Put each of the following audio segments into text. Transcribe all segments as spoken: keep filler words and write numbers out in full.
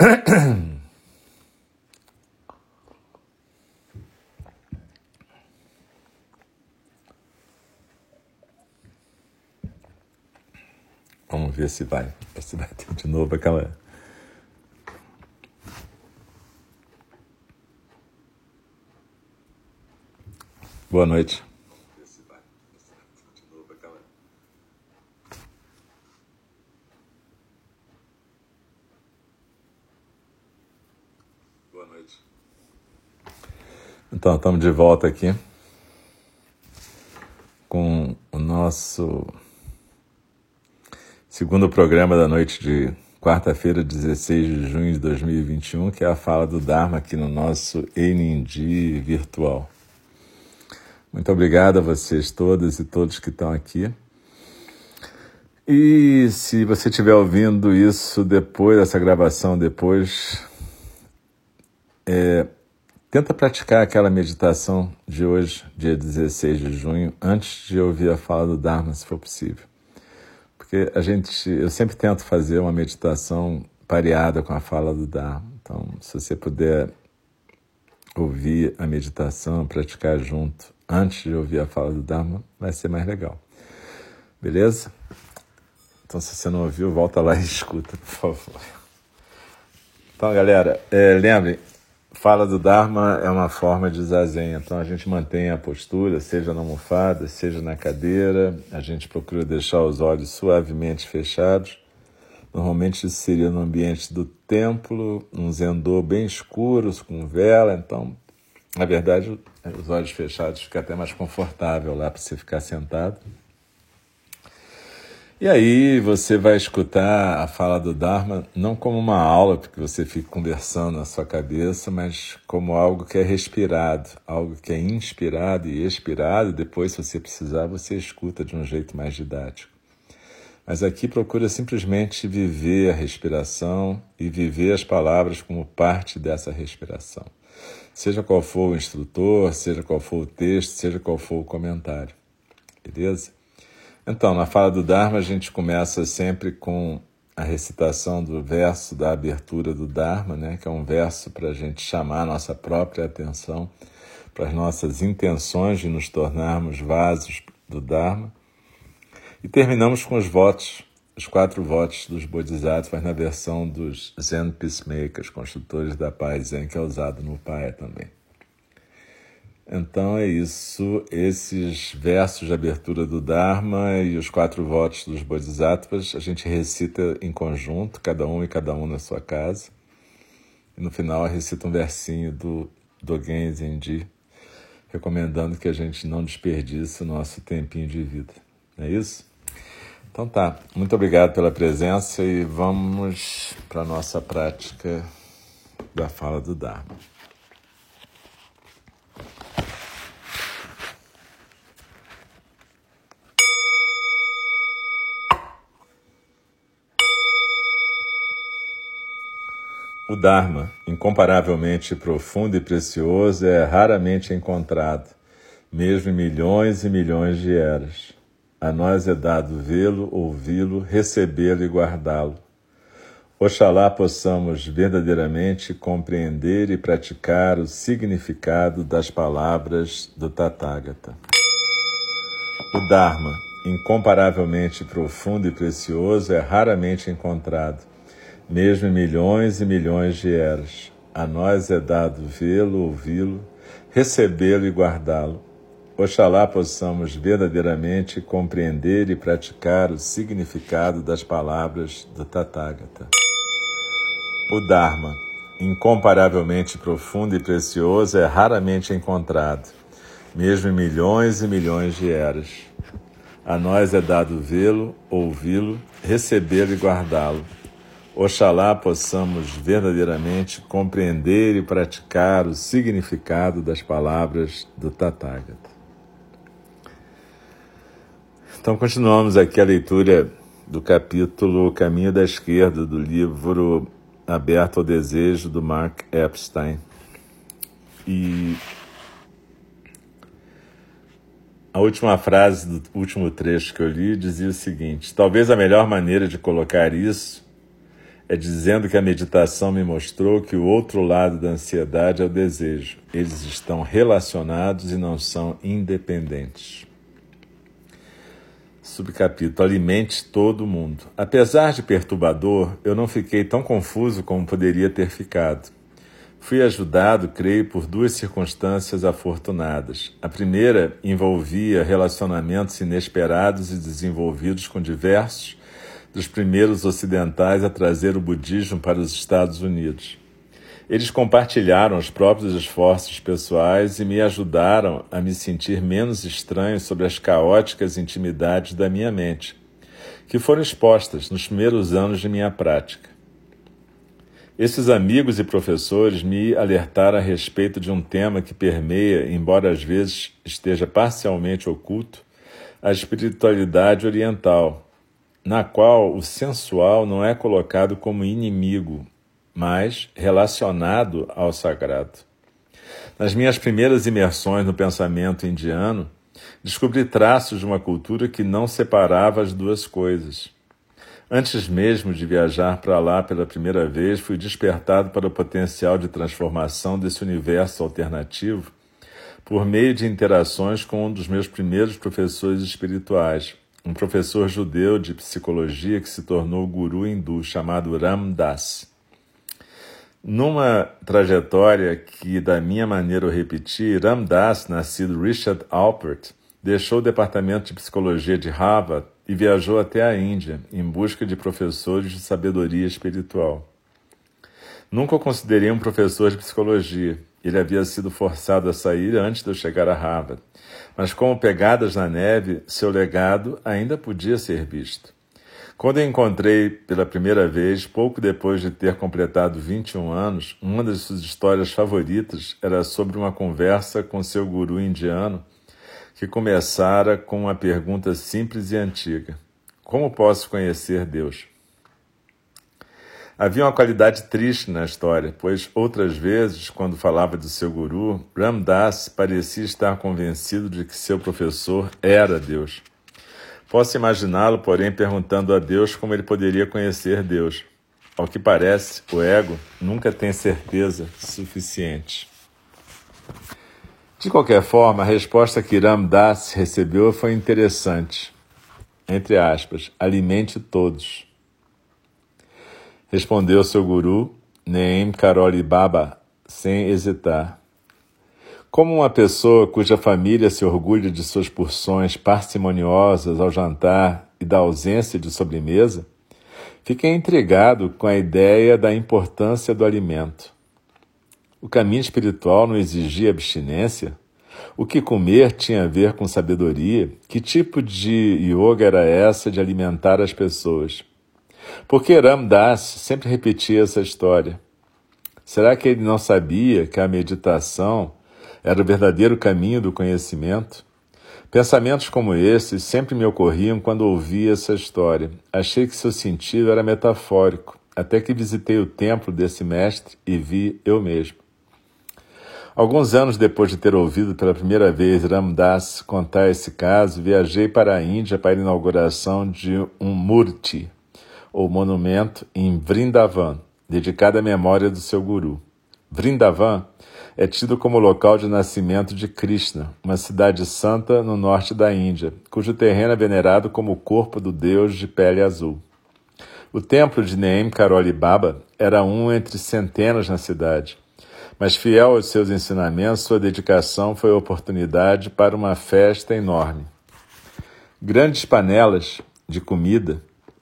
Vamos ver se vai. Se vai ter de novo aquela... Boa noite. Boa noite. Então, estamos de volta aqui com o nosso segundo programa da noite de quarta-feira, dezesseis de junho de dois mil e vinte e um, que é a fala do Dharma aqui no nosso E N D virtual. Muito obrigado a vocês todas e todos que estão aqui. E se você estiver ouvindo isso depois, essa gravação depois, é, tenta praticar aquela meditação de hoje, dia dezesseis de junho, antes de ouvir a fala do Dharma, se for possível. Porque a gente, eu sempre tento fazer uma meditação pareada com a fala do Dharma. Então, se você puder ouvir a meditação, praticar junto, antes de ouvir a fala do Dharma, vai ser mais legal. Beleza? Então, se você não ouviu, volta lá e escuta, por favor. Então, galera, é, lembrem, fala do Dharma é uma forma de zazen. Então, a gente mantém a postura, seja na almofada, seja na cadeira. A gente procura deixar os olhos suavemente fechados. Normalmente, isso seria no ambiente do templo, num zendô bem escuros, com vela. Então, na verdade, os olhos fechados fica até mais confortável lá para você ficar sentado. E aí você vai escutar a fala do Dharma não como uma aula, porque você fica conversando na sua cabeça, mas como algo que é respirado, algo que é inspirado e expirado. Depois, se você precisar, você escuta de um jeito mais didático. Mas aqui procura simplesmente viver a respiração e viver as palavras como parte dessa respiração. Seja qual for o instrutor, seja qual for o texto, seja qual for o comentário. Beleza? Então, na fala do Dharma, a gente começa sempre com a recitação do verso da abertura do Dharma, né? Que é um verso para a gente chamar a nossa própria atenção para as nossas intenções de nos tornarmos vasos do Dharma. E terminamos com os votos, os quatro votos dos Bodhisattvas na versão dos Zen Peacemakers, construtores da paz Zen, que é usado no Upaya também. Então é isso, esses versos de abertura do Dharma e os quatro votos dos Bodhisattvas, a gente recita em conjunto, cada um e cada um na sua casa. E no final recita um versinho do Dogen Zenji, recomendando que a gente não desperdice o nosso tempinho de vida. Não é isso? Então tá, muito obrigado pela presença e vamos para a nossa prática da fala do Dharma. O Dharma, incomparavelmente profundo e precioso, é raramente encontrado, mesmo em milhões e milhões de eras. A nós é dado vê-lo, ouvi-lo, recebê-lo e guardá-lo. Oxalá possamos verdadeiramente compreender e praticar o significado das palavras do Tathagata. O Dharma, incomparavelmente profundo e precioso, é raramente encontrado, mesmo em milhões e milhões de eras. A nós é dado vê-lo, ouvi-lo, recebê-lo e guardá-lo. Oxalá possamos verdadeiramente compreender e praticar o significado das palavras do Tathagata. O Dharma, incomparavelmente profundo e precioso, é raramente encontrado, mesmo em milhões e milhões de eras. A nós é dado vê-lo, ouvi-lo, recebê-lo e guardá-lo. Oxalá possamos verdadeiramente compreender e praticar o significado das palavras do Tathagata. Então, continuamos aqui a leitura do capítulo Caminho da Esquerda, do livro Aberto ao Desejo, do Mark Epstein. E a última frase do último trecho que eu li dizia o seguinte: talvez a melhor maneira de colocar isso É dizendo que a meditação me mostrou que o outro lado da ansiedade é o desejo. Eles estão relacionados e não são independentes. Subcapítulo: Alimente todo mundo. Apesar de perturbador, eu não fiquei tão confuso como poderia ter ficado. Fui ajudado, creio, por duas circunstâncias afortunadas. A primeira envolvia relacionamentos inesperados e desenvolvidos com diversos dos primeiros ocidentais a trazer o budismo para os Estados Unidos. Eles compartilharam os próprios esforços pessoais e me ajudaram a me sentir menos estranho sobre as caóticas intimidades da minha mente, que foram expostas nos primeiros anos de minha prática. Esses amigos e professores me alertaram a respeito de um tema que permeia, embora às vezes esteja parcialmente oculto, a espiritualidade oriental, na qual o sensual não é colocado como inimigo, mas relacionado ao sagrado. Nas minhas primeiras imersões no pensamento indiano, descobri traços de uma cultura que não separava as duas coisas. Antes mesmo de viajar para lá pela primeira vez, fui despertado para o potencial de transformação desse universo alternativo por meio de interações com um dos meus primeiros professores espirituais, um professor judeu de psicologia que se tornou guru hindu, chamado Ram Dass. Numa trajetória que, da minha maneira, eu repeti, Ram Dass, nascido Richard Alpert, deixou o departamento de psicologia de Harvard e viajou até a Índia em busca de professores de sabedoria espiritual. Nunca o considerei um professor de psicologia. Ele havia sido forçado a sair antes de eu chegar a Harvard. Mas como pegadas na neve, seu legado ainda podia ser visto. Quando eu encontrei pela primeira vez, pouco depois de ter completado vinte e um anos, uma das suas histórias favoritas era sobre uma conversa com seu guru indiano que começara com uma pergunta simples e antiga: como posso conhecer Deus? Havia uma qualidade triste na história, pois outras vezes, quando falava do seu guru, Ram Dass parecia estar convencido de que seu professor era Deus. Posso imaginá-lo, porém, perguntando a Deus como ele poderia conhecer Deus. Ao que parece, o ego nunca tem certeza suficiente. De qualquer forma, a resposta que Ram Dass recebeu foi interessante. Entre aspas, alimente todos. Respondeu seu guru, Neem Karoli Baba, sem hesitar. Como uma pessoa cuja família se orgulha de suas porções parcimoniosas ao jantar e da ausência de sobremesa, fiquei intrigado com a ideia da importância do alimento. O caminho espiritual não exigia abstinência? O que comer tinha a ver com sabedoria? Que tipo de yoga era essa de alimentar as pessoas? Porque Ram Dass sempre repetia essa história. Será que ele não sabia que a meditação era o verdadeiro caminho do conhecimento? Pensamentos como esses sempre me ocorriam quando ouvia essa história. Achei que seu sentido era metafórico, até que visitei o templo desse mestre e vi eu mesmo. Alguns anos depois de ter ouvido pela primeira vez Ram Dass contar esse caso, viajei para a Índia para a inauguração de um murti, ou monumento, em Vrindavan, dedicado à memória do seu guru. Vrindavan é tido como local de nascimento de Krishna, uma cidade santa no norte da Índia, cujo terreno é venerado como o corpo do deus de pele azul. O templo de Neem Karoli Baba era um entre centenas na cidade, mas fiel aos seus ensinamentos, sua dedicação foi a oportunidade para uma festa enorme. Grandes panelas de comida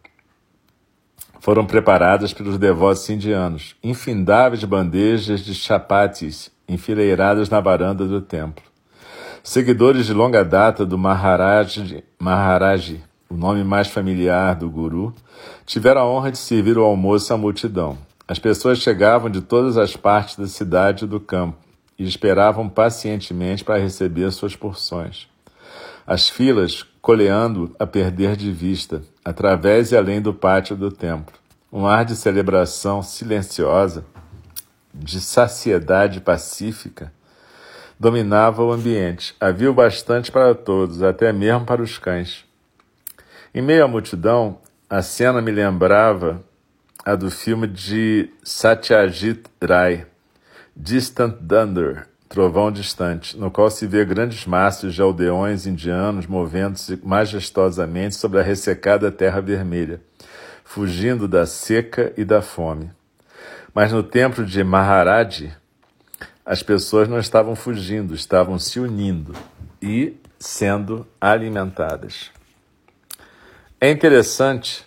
foram preparadas pelos devotos indianos, infindáveis bandejas de chapatis enfileiradas na varanda do templo. Seguidores de longa data do Maharaj, Maharaj, o nome mais familiar do guru, tiveram a honra de servir o almoço à multidão. As pessoas chegavam de todas as partes da cidade e do campo e esperavam pacientemente para receber suas porções. As filas coleando a perder de vista, através e além do pátio do templo. Um ar de celebração silenciosa, de saciedade pacífica, dominava o ambiente. Havia o bastante para todos, até mesmo para os cães. Em meio à multidão, a cena me lembrava a do filme de Satyajit Ray, Distant Thunder, Trovão Distante, no qual se vê grandes massas de aldeões indianos movendo-se majestosamente sobre a ressecada terra vermelha, fugindo da seca e da fome. Mas no templo de Maharaj, as pessoas não estavam fugindo, estavam se unindo e sendo alimentadas. É interessante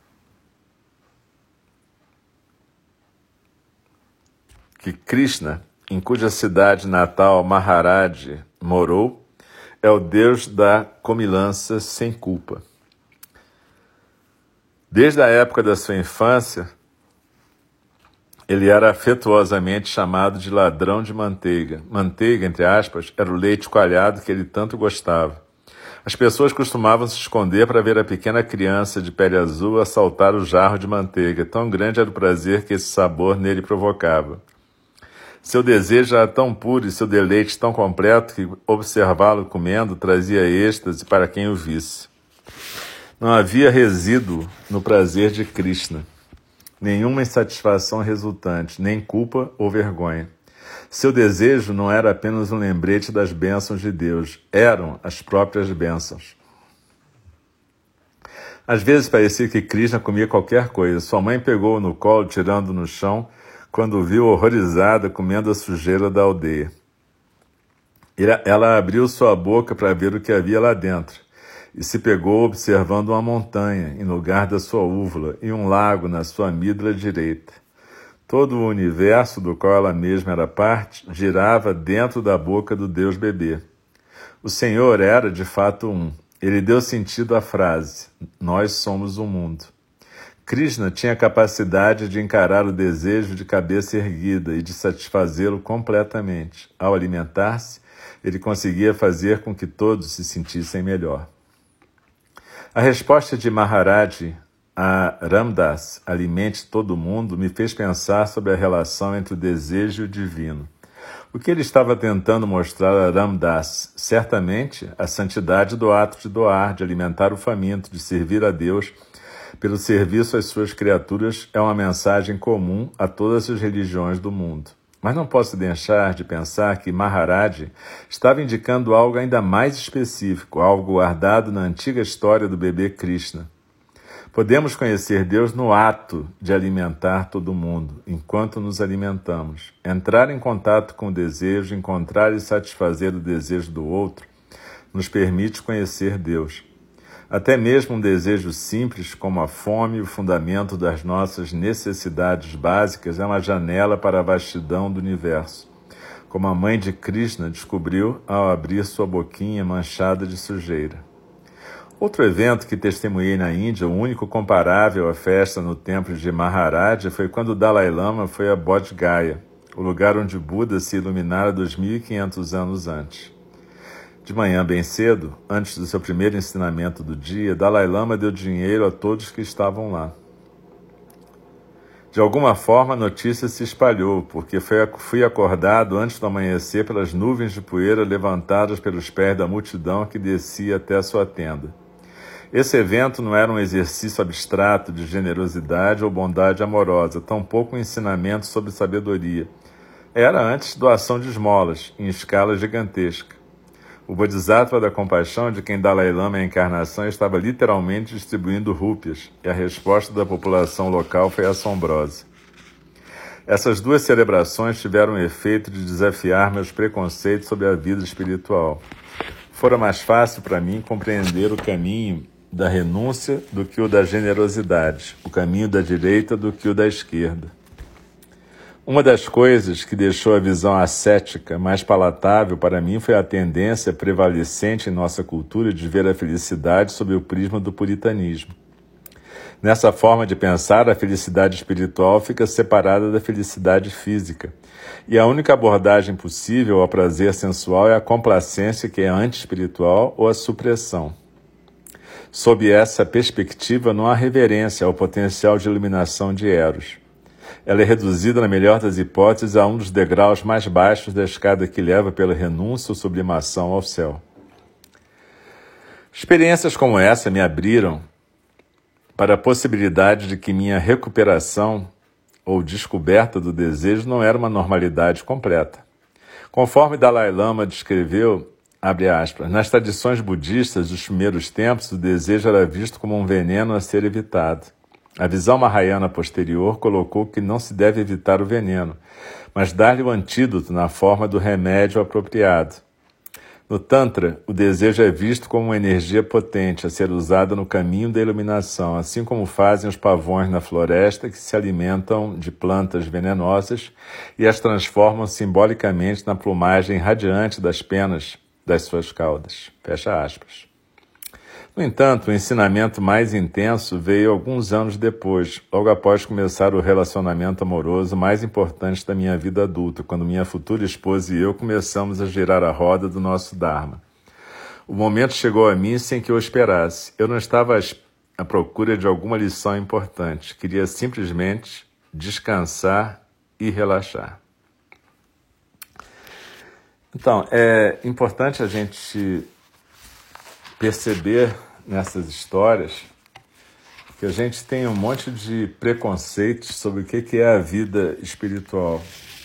que Krishna, em cuja cidade natal Maharaj morou, é o Deus da comilança sem culpa. Desde a época da sua infância, ele era afetuosamente chamado de ladrão de manteiga. Manteiga, entre aspas, era o leite coalhado que ele tanto gostava. As pessoas costumavam se esconder para ver a pequena criança de pele azul assaltar o jarro de manteiga. Tão grande era o prazer que esse sabor nele provocava. Seu desejo era tão puro e seu deleite tão completo que observá-lo comendo trazia êxtase para quem o visse. Não havia resíduo no prazer de Krishna, nenhuma insatisfação resultante, nem culpa ou vergonha. Seu desejo não era apenas um lembrete das bênçãos de Deus, eram as próprias bênçãos. Às vezes parecia que Krishna comia qualquer coisa. Sua mãe pegou-o no colo, tirando-o no chão, quando o viu horrorizada comendo a sujeira da aldeia. Ela abriu sua boca para ver o que havia lá dentro e se pegou observando uma montanha em lugar da sua úvula e um lago na sua amígdala direita. Todo o universo do qual ela mesma era parte girava dentro da boca do Deus bebê. O Senhor era, de fato, um. Ele deu sentido à frase, nós somos o mundo. Krishna tinha a capacidade de encarar o desejo de cabeça erguida e de satisfazê-lo completamente. Ao alimentar-se, ele conseguia fazer com que todos se sentissem melhor. A resposta de Maharaj a Ramdas, alimente todo mundo, me fez pensar sobre a relação entre o desejo e o divino. O que ele estava tentando mostrar a Ramdas? Certamente a santidade do ato de doar, de alimentar o faminto, de servir a Deus pelo serviço às suas criaturas é uma mensagem comum a todas as religiões do mundo. Mas não posso deixar de pensar que Maharaj estava indicando algo ainda mais específico, algo guardado na antiga história do bebê Krishna. Podemos conhecer Deus no ato de alimentar todo mundo, enquanto nos alimentamos. Entrar em contato com o desejo, encontrar e satisfazer o desejo do outro, nos permite conhecer Deus. Até mesmo um desejo simples como a fome, o fundamento das nossas necessidades básicas, é uma janela para a vastidão do universo, como a mãe de Krishna descobriu ao abrir sua boquinha manchada de sujeira. Outro evento que testemunhei na Índia, o único comparável à festa no templo de Maharaj, foi quando o Dalai Lama foi a Bodh Gaya, o lugar onde Buda se iluminara dois mil e quinhentos anos antes. De manhã bem cedo, antes do seu primeiro ensinamento do dia, Dalai Lama deu dinheiro a todos que estavam lá. De alguma forma a notícia se espalhou, porque fui acordado antes do amanhecer pelas nuvens de poeira levantadas pelos pés da multidão que descia até a sua tenda. Esse evento não era um exercício abstrato de generosidade ou bondade amorosa, tampouco um ensinamento sobre sabedoria. Era antes doação de esmolas, em escala gigantesca. O Bodhisattva da compaixão, de quem Dalai Lama é a encarnação, estava literalmente distribuindo rúpias, e a resposta da população local foi assombrosa. Essas duas celebrações tiveram o efeito de desafiar meus preconceitos sobre a vida espiritual. Fora mais fácil para mim compreender o caminho da renúncia do que o da generosidade, o caminho da direita do que o da esquerda. Uma das coisas que deixou a visão ascética mais palatável para mim foi a tendência prevalecente em nossa cultura de ver a felicidade sob o prisma do puritanismo. Nessa forma de pensar, a felicidade espiritual fica separada da felicidade física, e a única abordagem possível ao prazer sensual é a complacência, que é anti-espiritual, ou a supressão. Sob essa perspectiva, não há reverência ao potencial de iluminação de Eros. Ela é reduzida, na melhor das hipóteses, a um dos degraus mais baixos da escada que leva pela renúncia ou sublimação ao céu. Experiências como essa me abriram para a possibilidade de que minha recuperação ou descoberta do desejo não era uma normalidade completa. Conforme Dalai Lama descreveu, abre aspas, nas tradições budistas dos primeiros tempos, o desejo era visto como um veneno a ser evitado. A visão Mahayana posterior colocou que não se deve evitar o veneno, mas dar-lhe o antídoto na forma do remédio apropriado. No Tantra, o desejo é visto como uma energia potente a ser usada no caminho da iluminação, assim como fazem os pavões na floresta que se alimentam de plantas venenosas e as transformam simbolicamente na plumagem radiante das penas das suas caudas. Fecha aspas. No entanto, o ensinamento mais intenso veio alguns anos depois, logo após começar o relacionamento amoroso mais importante da minha vida adulta, quando minha futura esposa e eu começamos a girar a roda do nosso Dharma. O momento chegou a mim sem que eu esperasse. Eu não estava à procura de alguma lição importante. Queria simplesmente descansar e relaxar. Então, é importante a gente perceber nessas histórias que a gente tem um monte de preconceitos sobre o que é a vida espiritual.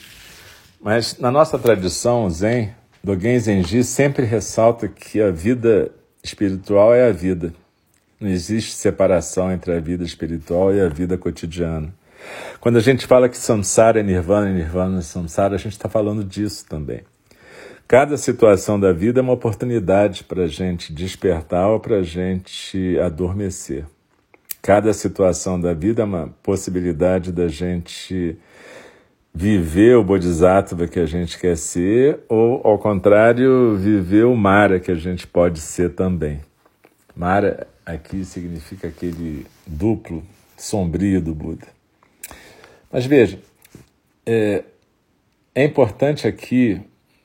Mas na nossa tradição Zen, Dogen Zenji sempre ressalta que a vida espiritual é a vida. Não existe separação entre a vida espiritual e a vida cotidiana. Quando a gente fala que samsara é nirvana e nirvana é samsara, a gente está falando disso também. Cada situação da vida é uma oportunidade para a gente despertar ou para a gente adormecer. Cada situação da vida é uma possibilidade da gente viver o Bodhisattva que a gente quer ser ou, ao contrário, viver o Mara que a gente pode ser também. Mara aqui significa aquele duplo sombrio do Buda. Mas veja, é, é importante aqui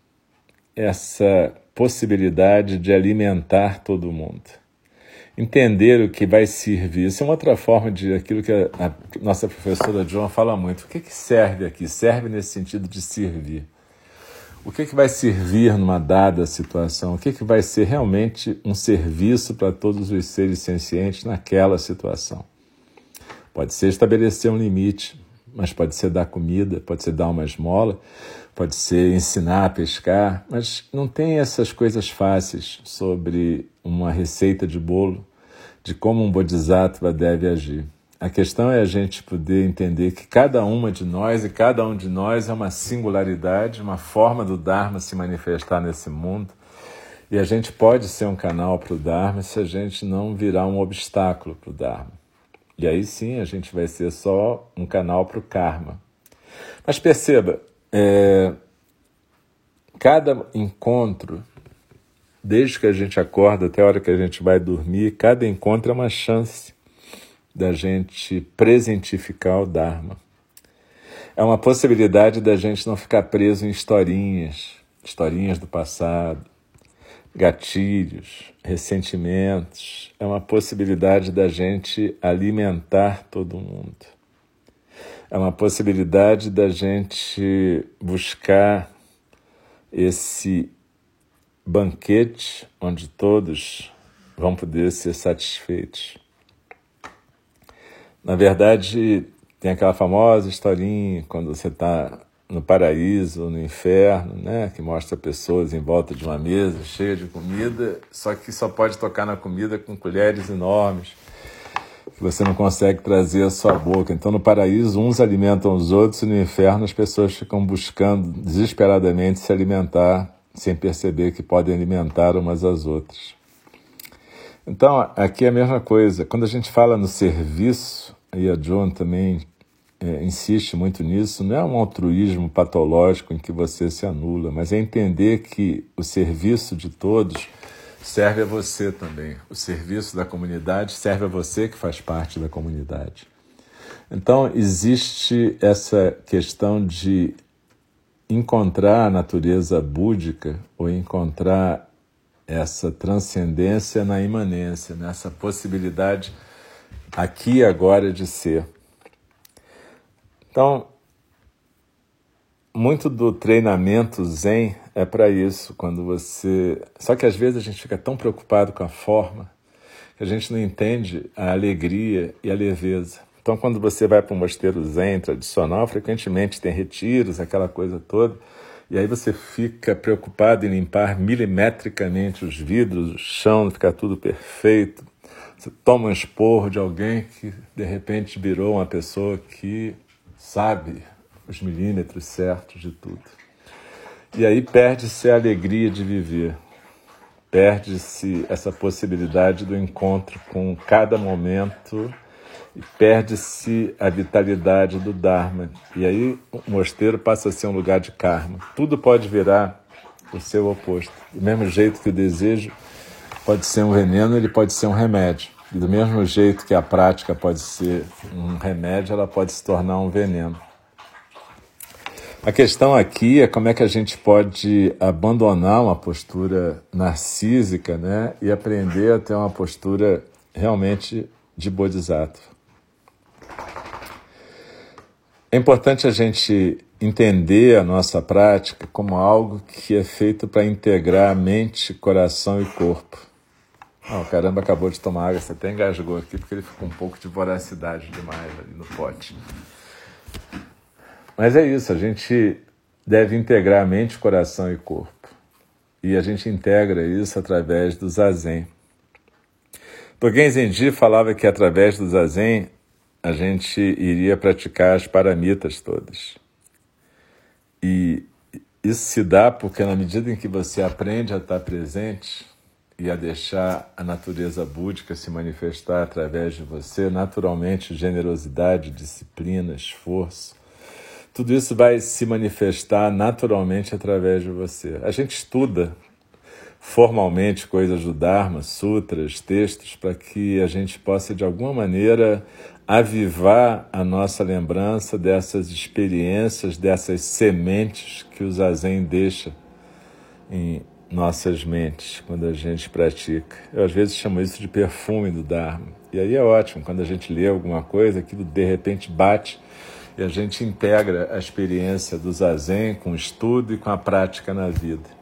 essa possibilidade de alimentar todo mundo. Entender o que vai servir. Isso é uma outra forma de aquilo que a, a nossa professora John fala muito. O que, que serve aqui? Serve nesse sentido de servir. O que, que vai servir numa dada situação? O que, que vai ser realmente um serviço para todos os seres sencientes naquela situação? Pode ser estabelecer um limite, mas pode ser dar comida, pode ser dar uma esmola, pode ser ensinar a pescar, mas não tem essas coisas fáceis sobre uma receita de bolo, de como um bodhisattva deve agir. A questão é a gente poder entender que cada uma de nós e cada um de nós é uma singularidade, uma forma do Dharma se manifestar nesse mundo, e a gente pode ser um canal para o Dharma se a gente não virar um obstáculo para o Dharma. E aí sim a gente vai ser só um canal para o karma. Mas perceba, É, cada encontro, desde que a gente acorda até a hora que a gente vai dormir, cada encontro é uma chance da gente presentificar o Dharma. É uma possibilidade da gente não ficar preso em historinhas, historinhas do passado, gatilhos, ressentimentos. É uma possibilidade da gente alimentar todo mundo. É uma possibilidade da gente buscar esse banquete onde todos vão poder ser satisfeitos. Na verdade, tem aquela famosa historinha quando você está no paraíso ou no inferno, né, que mostra pessoas em volta de uma mesa cheia de comida, só que só pode tocar na comida com colheres enormes, que você não consegue trazer à sua boca. Então, no paraíso, uns alimentam os outros, e no inferno as pessoas ficam buscando desesperadamente se alimentar, sem perceber que podem alimentar umas às outras. Então, aqui é a mesma coisa. Quando a gente fala no serviço, e a John também é, insiste muito nisso, não é um altruísmo patológico em que você se anula, mas é entender que o serviço de todos serve a você também. O serviço da comunidade serve a você que faz parte da comunidade. Então, existe essa questão de encontrar a natureza búdica ou encontrar essa transcendência na imanência, nessa possibilidade aqui e agora de ser. Então, muito do treinamento Zen é para isso, quando você... Só que às vezes a gente fica tão preocupado com a forma que a gente não entende a alegria e a leveza. Então, quando você vai para um mosteiro zen tradicional, frequentemente tem retiros, aquela coisa toda, e aí você fica preocupado em limpar milimetricamente os vidros, o chão, ficar tudo perfeito. Você toma um esporro de alguém que, de repente, virou uma pessoa que sabe os milímetros certos de tudo. E aí perde-se a alegria de viver. Perde-se essa possibilidade do encontro com cada momento e perde-se a vitalidade do Dharma. E aí o mosteiro passa a ser um lugar de karma. Tudo pode virar o seu oposto. Do mesmo jeito que o desejo pode ser um veneno, ele pode ser um remédio. E do mesmo jeito que a prática pode ser um remédio, ela pode se tornar um veneno. A questão aqui é como é que a gente pode abandonar uma postura narcísica, né, e aprender a ter uma postura realmente de bodhisattva. É importante a gente entender a nossa prática como algo que é feito para integrar mente, coração e corpo. Ah, o caramba acabou de tomar água, você até engasgou aqui porque ele ficou um pouco de voracidade demais ali no pote. Mas é isso, a gente deve integrar mente, coração e corpo. E a gente integra isso através do Zazen. Dogen Zenji falava que através do Zazen a gente iria praticar as paramitas todas. E isso se dá porque na medida em que você aprende a estar presente e a deixar a natureza búdica se manifestar através de você, naturalmente generosidade, disciplina, esforço, tudo isso vai se manifestar naturalmente através de você. A gente estuda formalmente coisas do Dharma, sutras, textos, para que a gente possa, de alguma maneira, avivar a nossa lembrança dessas experiências, dessas sementes que o Zazen deixa em nossas mentes quando a gente pratica. Eu, às vezes, chamo isso de perfume do Dharma. E aí é ótimo, quando a gente lê alguma coisa, aquilo de repente bate e a gente integra a experiência do Zazen com o estudo e com a prática na vida.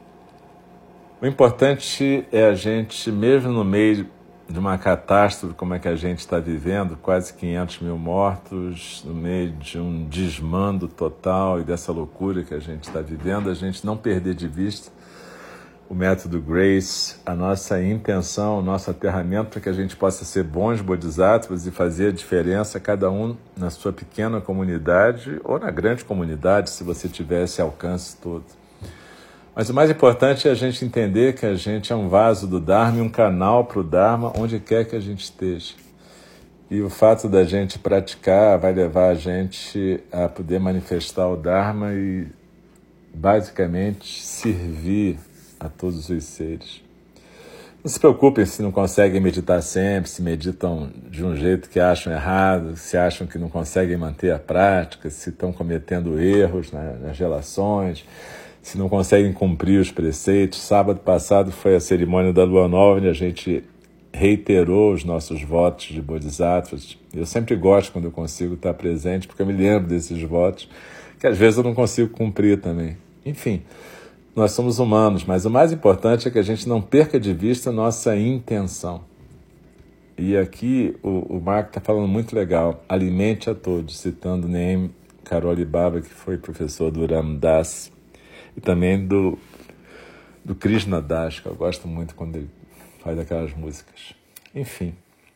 O importante é a gente, mesmo no meio de uma catástrofe como é que a gente está vivendo, quase quinhentos mil mortos, no meio de um desmando total e dessa loucura que a gente está vivendo, a gente não perder de vista o método Grace, a nossa intenção, o nosso aterramento para que a gente possa ser bons bodhisattvas e fazer a diferença, cada um na sua pequena comunidade ou na grande comunidade, se você tiver esse alcance todo. Mas o mais importante é a gente entender que a gente é um vaso do Dharma e um canal para o Dharma onde quer que a gente esteja. E o fato da gente praticar vai levar a gente a poder manifestar o Dharma e, basicamente, servir a todos os seres. Não se preocupem se não conseguem meditar sempre, se meditam de um jeito que acham errado, se acham que não conseguem manter a prática, se estão cometendo erros nas relações, se não conseguem cumprir os preceitos. Sábado passado foi a cerimônia da Lua Nova, onde a gente reiterou os nossos votos de bodhisattvas. Eu sempre gosto quando eu consigo estar presente, porque eu me lembro desses votos, que às vezes eu não consigo cumprir também. Enfim, nós somos humanos, mas o mais importante é que a gente não perca de vista a nossa intenção. E aqui o, o Marco está falando muito legal, alimente a todos, citando Neem Karoli Baba, que foi professor do Ram Dass, e também do, do Krishna Das, que eu gosto muito quando ele faz aquelas músicas. Enfim.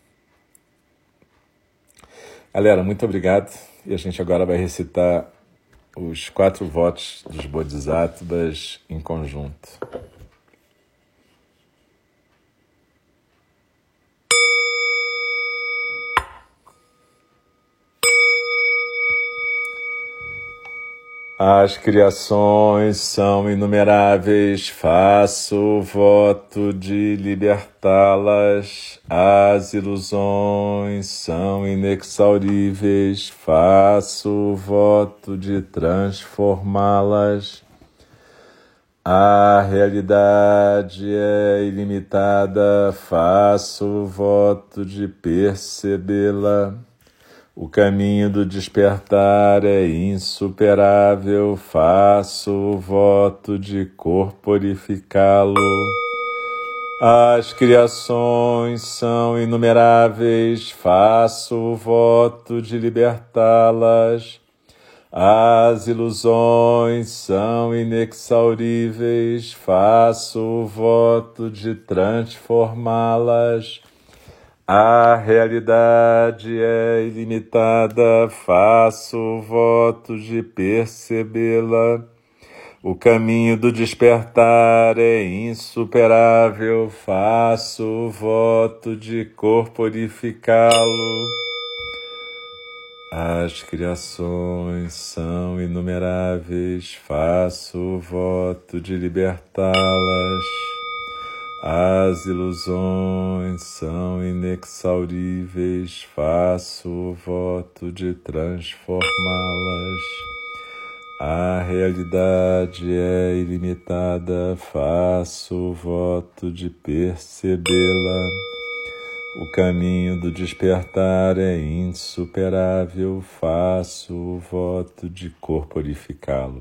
Galera, muito obrigado. E a gente agora vai recitar os quatro votos dos Bodhisattvas em conjunto. As criações são inumeráveis, faço o voto de libertá-las. As ilusões são inexauríveis, faço o voto de transformá-las. A realidade é ilimitada, faço o voto de percebê-la. O caminho do despertar é insuperável, faço o voto de corporificá-lo. As criações são inumeráveis, faço o voto de libertá-las. As ilusões são inexauríveis, faço o voto de transformá-las. A realidade é ilimitada, faço o voto de percebê-la. O caminho do despertar é insuperável, faço o voto de corporificá-lo. As criações são inumeráveis, faço o voto de libertá-las. As ilusões são inexauríveis, faço o voto de transformá-las. A realidade é ilimitada, faço o voto de percebê-la. O caminho do despertar é insuperável, faço o voto de corporificá-lo.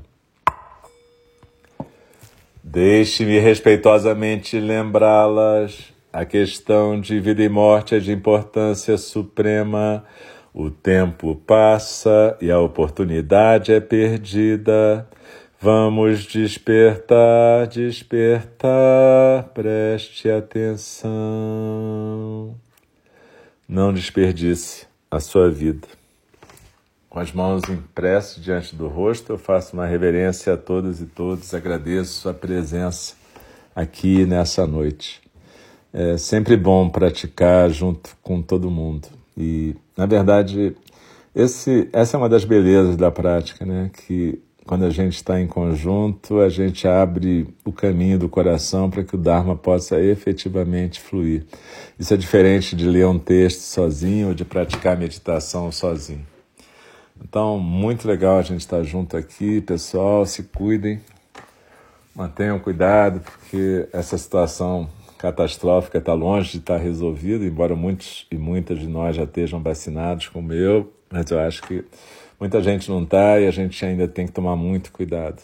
Deixe-me respeitosamente lembrá-las. A questão de vida e morte é de importância suprema. O tempo passa e a oportunidade é perdida. Vamos despertar, despertar, preste atenção. Não desperdice a sua vida. Com as mãos em prece diante do rosto, eu faço uma reverência a todas e todos. Agradeço a presença aqui nessa noite. É sempre bom praticar junto com todo mundo. E, na verdade, esse, essa é uma das belezas da prática, né? Que quando a gente está em conjunto, a gente abre o caminho do coração para que o Dharma possa efetivamente fluir. Isso é diferente de ler um texto sozinho ou de praticar meditação sozinho. Então, muito legal a gente estar junto aqui, pessoal, se cuidem, mantenham cuidado, porque essa situação catastrófica está longe de estar resolvida, embora muitos e muitas de nós já estejam vacinados como eu, mas eu acho que muita gente não está e a gente ainda tem que tomar muito cuidado.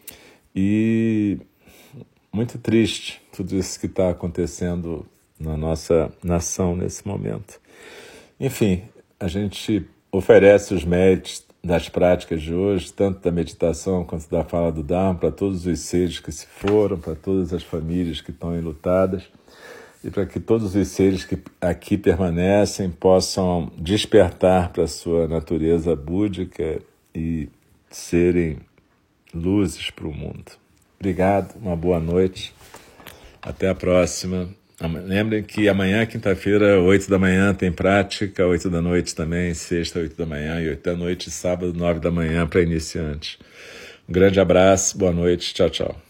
E muito triste tudo isso que está acontecendo na nossa nação nesse momento. Enfim, a gente oferece os méritos das práticas de hoje, tanto da meditação quanto da fala do Dharma, para todos os seres que se foram, para todas as famílias que estão enlutadas, e para que todos os seres que aqui permanecem possam despertar para a sua natureza búdica e serem luzes para o mundo. Obrigado, uma boa noite, até a próxima. Lembrem que amanhã, quinta-feira, oito da manhã, tem prática, oito da noite também, sexta, oito da manhã, e oito da noite, sábado, nove da manhã, para iniciantes. Um grande abraço, boa noite, tchau, tchau.